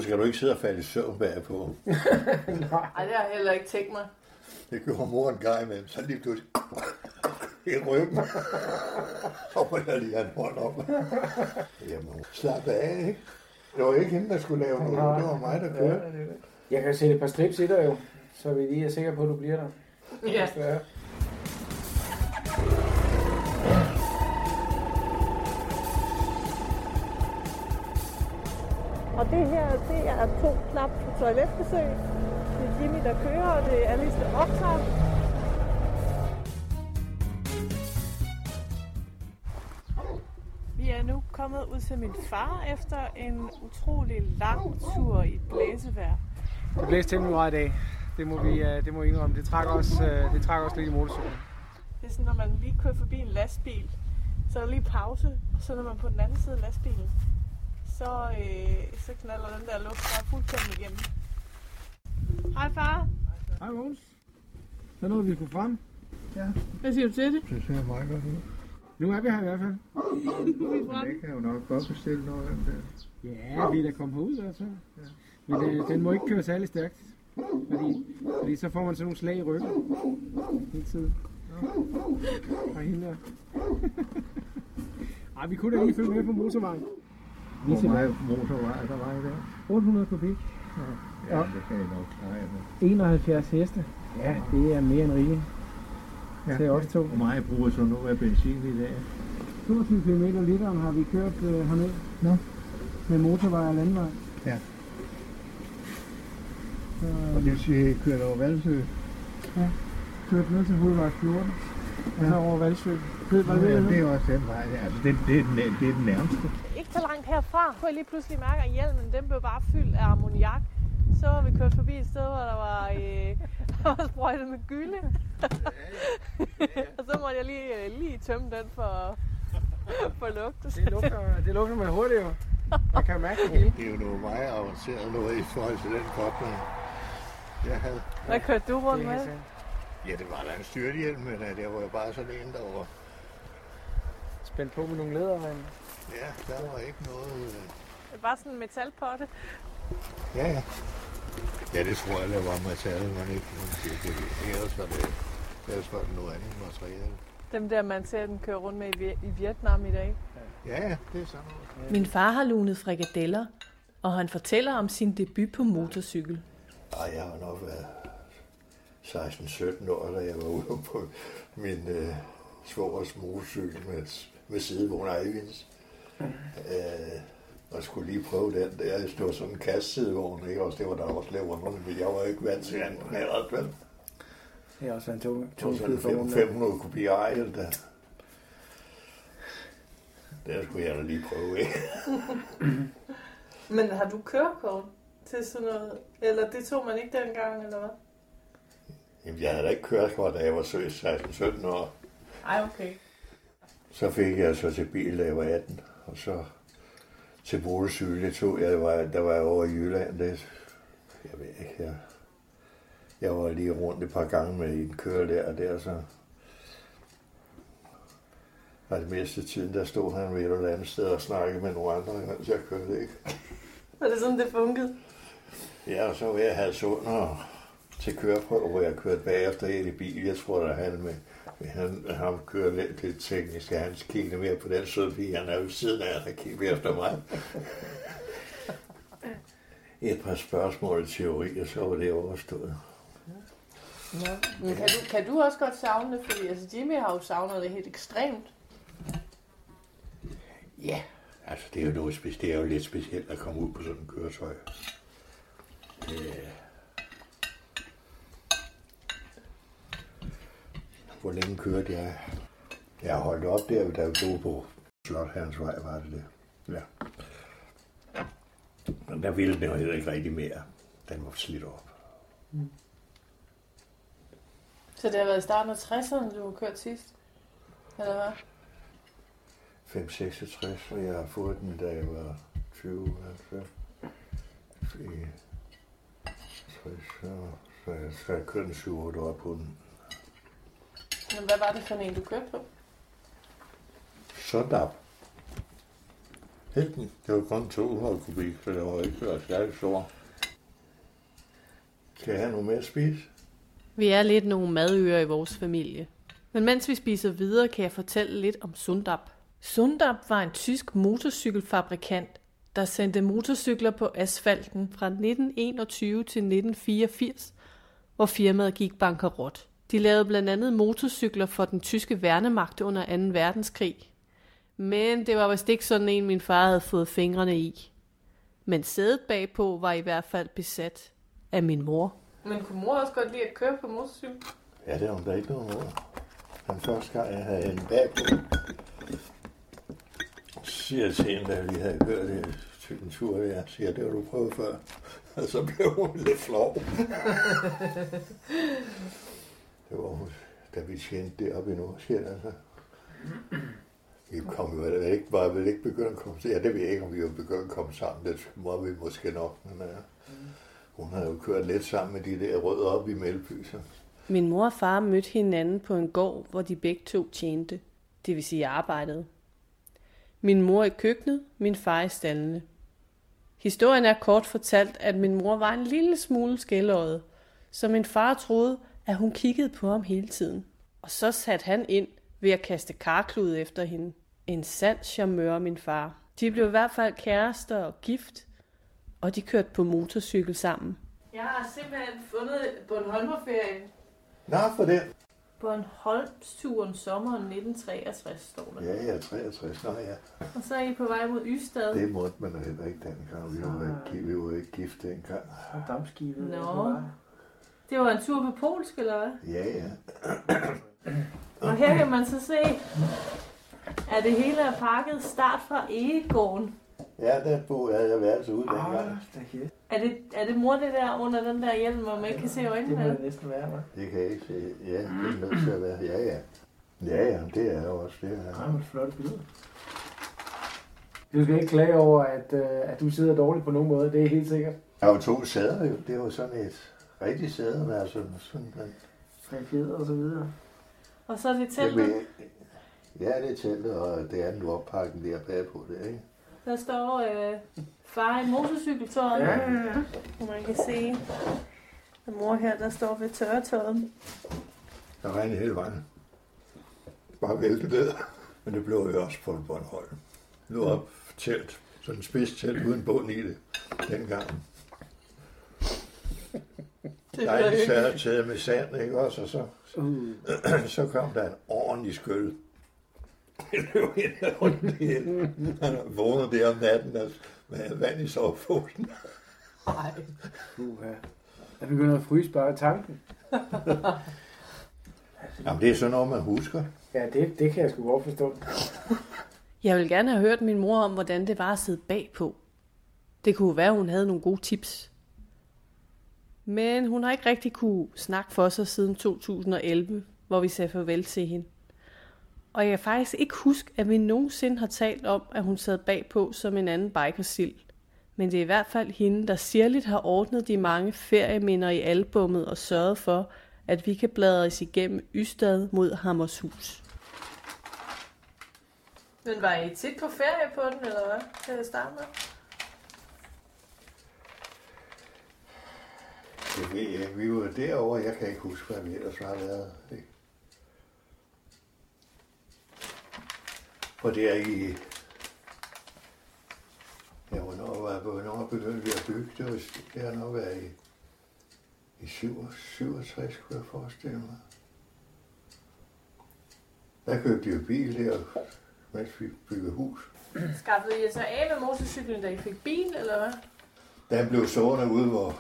skal du ikke sidde og falde i søvn bagpå. Nej, det har jeg heller ikke tænkt mig. Det gjorde mor en gang imellem, så lige pludselig i ryggen. Så må jeg lige have en hånd op. Jamen, slap af, ikke? Det var ikke hende, der skulle lave noget. Det var mig, der kørte. Jeg kan sætte et par strips i dig jo, så vi lige er sikre på, at du bliver der. Ja. Og det her, det er 2 knap på toiletbesøg. Det er Jimmy, der kører, og det er Alice, der optager. Vi er nu kommet ud til min far efter en utrolig lang tur i blæsevejr. Det blæste temmelig meget i dag. Det må vi indrømme. Det trækker også lidt i motorcyklen. Det er sådan, når man lige kører forbi en lastbil, så er der lige pause, og så når man på den anden side af lastbilen, så knalder den der luft bare fuldstændig igennem. Hej far. Hej Mogens. Så nåede vi kunne frem. Ja. Hvad siger du til det? Det ser meget godt ud. Nu er vi her i hvert fald. Det kan jo nok godt bestille noget af det. Ja, vi er da kommet herud i hvert fald. Ja. Men den må ikke køre særlig stærkt. Fordi så får man sådan nogle slag i ryggen. Hele tiden. Og hende der. Ej, vi kunne da lige følge med på motorvejen. Hvor meget motorvej der var i der? 800 kubik. Ja, det kan jeg nok klare. 71 heste. Ja, det er mere end rigeligt. Ja. Til os to. Hvor meget bruger så nu af benzin i dag? 22 km literen har vi kørt herned. Nå. Med motorvej og landvej. Ja. Og det vil sige, at I kørt over Valsø? Ja, kørt ned til hovedvej 14. Og så over Valsø. Det er også den vej. Altså, det er den nærmeste. Ikke så langt herfra kunne jeg lige pludselig mærke, at hjelmen den blev bare fyldt af ammoniak. Så var vi kørt forbi et sted, hvor der var sprøjtet med gylde. Og så måtte jeg lige tømme den for lugt. Det lugter man hurtigt jo. Man kan mærke det hele. Det er jo noget meget avanceret noget i forhold til den kobling. Hvad kørte du rundt med? Ja, det var da en styrthjelm, men der var jo bare sådan en derovre. Spændt på med nogle læderrem. Ja, der var ikke noget... Det er bare sådan en metalpotte. Ja. Ja, det tror jeg, der var metal, men ikke. Ellers var det noget andet materiale. Dem der, man ser, den kører rundt med i Vietnam i dag. Ja, det er sådan noget. Min far har lunet frikadeller, og han fortæller om sin debut på motorcykel. Jeg har nok været 16-17 år, da jeg var ude på min svogers motorcykel med sidevogn Eivinds. Og skulle lige prøve den der. Det var sådan en kastsidevogn, ikke? Også det var der også lavet rundt, men jeg var ikke vant til anden knallert, vel? Det er også en tung 500 kubik ejl, der. Den skulle jeg da lige prøve, ikke? Men har du kørekort til sådan noget? Eller det tog man ikke dengang, eller hvad? Jamen, jeg havde da ikke kørekort, da jeg var 16-17 år. Ej, okay. Så fik jeg så til bil, da jeg var 18, og så til motorcykel, det tog jeg, der var jeg over i Jylland, det, jeg ved ikke, jeg var lige rundt et par gange med en kører der, så og det meste af tiden, der stod han ved et eller andet sted og snakkede med nogle andre, mens jeg kørte, ikke? Var det sådan, det funkede? Ja, og så var jeg Hadsund og til køreprøve, hvor jeg kørte bagefter ind i bil. Jeg tror, at han kører lidt til teknisk, at han kigger mere på den søde pige, han er ved siden af, der kigger efter mig. Et par spørgsmål i teori, og så var det overstået. Ja. Men kan du også godt savne det? Fordi altså, Jimmy har jo savnet det helt ekstremt. Ja, altså det er jo noget specielt. Det er jo lidt specielt at komme ud på sådan en køretøj. Hvor længe kørte jeg? Jeg holdt op der, da vi boede på Slotherrensvej, var det. Ja. Men der ville den jo heller ikke rigtig mere. Den var slidt op. Mm. Så det har været i starten af 60'erne, du har kørt sidst? Eller hvad? 566, og jeg har fået den, da jeg var 20. Altså. Så jeg skal køre den 7-8 år på den. Men hvad var det for en, du kørte på? Sundab. Helten, det var kun 200 kubik, så det var ikke så særligt stor. Kan jeg have noget mere at spise? Vi er lidt nogle madører i vores familie. Men mens vi spiser videre, kan jeg fortælle lidt om Sundap. Sundap var en tysk motorcykelfabrikant, der sendte motorcykler på asfalten fra 1921 til 1984, hvor firmaet gik bankerot. De lavede blandt andet motorcykler for den tyske værnemagt under 2. verdenskrig. Men det var vist ikke sådan en, min far havde fået fingrene i. Men sædet bagpå var i hvert fald besat af min mor. Men kunne mor også godt lide at køre på motorcykel? Ja, det var der ikke noget ord. Den første gang, jeg havde hende bagpå, siger til hende, da vi havde kørt en tur, jeg siger, det har du prøvet før. Og så blev hun lidt flov. Det var hun, da vi tjente deroppe i Nordsjælland, altså. Vi kom jo ikke, bare vel ikke begyndt at komme sammen. Ja, det ved jeg ikke, om vi var begyndt at komme sammen. Det må vi måske nok, men hun havde jo kørt lidt sammen med de der rødder op i Melby. Så. Min mor og far mødte hinanden på en gård, hvor de begge to tjente. Det vil sige arbejdede. Min mor i køkkenet, min far i stallene. Historien er kort fortalt, at min mor var en lille smule skæløjet, så min far troede, at hun kiggede på ham hele tiden. Og så satte han ind ved at kaste karklud efter hende. En sand charmeur, min far. De blev i hvert fald kærester og gift, og de kørte på motorcykel sammen. Jeg har simpelthen fundet Bornholmerferien. Nå, for det. Bornholmsturen sommeren 1963, står der. Ja, 63. Nå ja. Og så er I på vej mod Ystad. Det måtte man heller ikke dengang. Vi var ikke gift dengang. Og dampskibet. Nå. Det var en tur på polsk, eller hvad? Ja. Og her kan man så se, at det hele er pakket start fra Egegården. Ja, der havde jeg været så ude dengang. Er det mor det der under den der hjelm, hvor man ikke kan se øjnene? Det må det næsten være, hva'? Det kan jeg ikke se. Ja, det er nødt til at være. Ja. Ja, det er jo også det. Nej, men flot billede. Du skal ikke klage over, at du sidder dårligt på nogen måde. Det er helt sikkert. Der var 2 sæder jo. Det var sådan et rigtigt sæde, men altså sådan en... 3 fjeder og så videre. Og så er det teltet. Ja, det er teltet, og det andet oppakken der bagpå det, ikke? Der står far i motorcykeltøjet. Ja. Og man kan se, at mor her, der står ved tørretøjet. Der regnede hele vejen. Bare væltet ned. Men det blev jo også på Bornholm. Nu op telt. Sådan en spids telt uden bund i det. Dengang. Dejligt taget med sand, ikke også? Og så kom der en ordentlig skyld. Det løb ind rundt i det. Han vågnede der om natten med vand i soveposen. Nej. Jeg begynder at fryse bare tanken. Jamen, det er sådan noget, man husker. Ja, det kan jeg sgu godt forstå. Jeg vil gerne have hørt min mor om, hvordan det var at sidde bagpå. Det kunne være, hun havde nogle gode tips. Men hun har ikke rigtig kunne snakke for sig siden 2011, hvor vi sagde farvel til hende. Og jeg kan faktisk ikke huske, at vi nogensinde har talt om, at hun sad bagpå som en anden bikersild. Men det er i hvert fald hende, der sirligt har ordnet de mange ferieminder i albummet og sørget for, at vi kan bladre os igennem Ystad mod Hammershus. Men var I tit på ferie på den, eller hvad? Til at starte med? Det ved jeg ikke. Vi var derovre. Jeg kan ikke huske, hvad vi ellers har været. Og det er i... Ja, hvornår begyndte vi at bygge? Det har nok været i 67, kunne jeg forestille mig. Der købte jo bil der, mens vi byggede hus. Skaffede I så af med motorcyklen, da I fik bil, eller hvad? Den blev stående ude, hvor...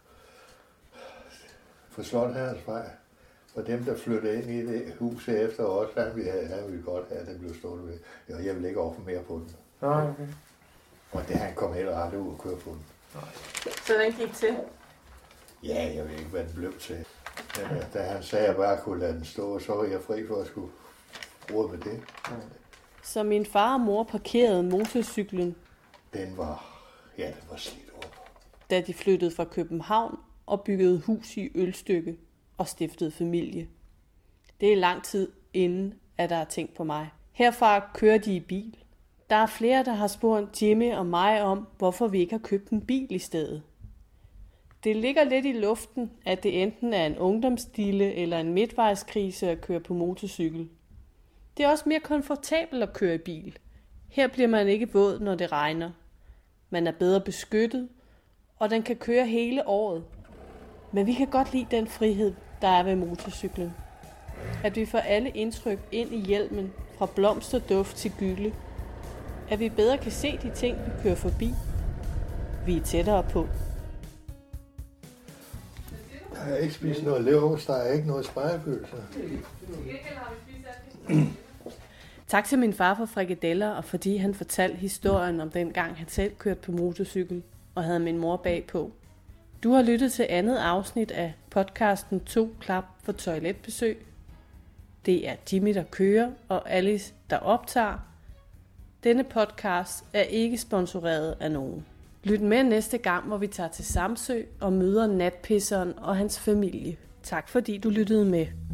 På Slotherresvej. For dem, der flyttede ind i det hus efter os, han ville godt have, at den blev stående ved. Og jeg ville ikke ofre mere på den. Okay. Og det han kom heller aldrig ud og køre på den. Så den gik til? Ja, jeg ved ikke, hvad den blev til. Da han sagde, at jeg bare kunne lade den stå, så var jeg fri for at skulle bruge med det. Så min far og mor parkerede motorcyklen, Den var slidt op. da de flyttede fra København og byggede hus i Ølstykke og stiftede familie. Det er lang tid inden, at der er tænkt på mig. Herfra kører de i bil. Der er flere, der har spurgt Jimmy og mig om, hvorfor vi ikke har købt en bil i stedet. Det ligger lidt i luften, at det enten er en ungdomsdille eller en midtvejskrise at køre på motorcykel. Det er også mere komfortabelt at køre i bil. Her bliver man ikke våd, når det regner. Man er bedre beskyttet, og den kan køre hele året. Men vi kan godt lide den frihed, der er ved motorcyklen. At vi får alle indtryk ind i hjelmen, fra blomsterduft til gylde. At vi bedre kan se de ting, vi kører forbi. Vi er tættere på. Jeg har ikke spist noget leverpostej, ikke noget spejepølse. Tak til min far for frikadeller, og fordi han fortalte historien om den gang, han selv kørte på motorcykel og havde min mor bagpå. Du har lyttet til andet afsnit af podcasten 2 klap for toiletbesøg. Det er Jimmy, der kører, og Alice, der optager. Denne podcast er ikke sponsoreret af nogen. Lyt med næste gang, hvor vi tager til Samsø og møder natpisseren og hans familie. Tak fordi du lyttede med.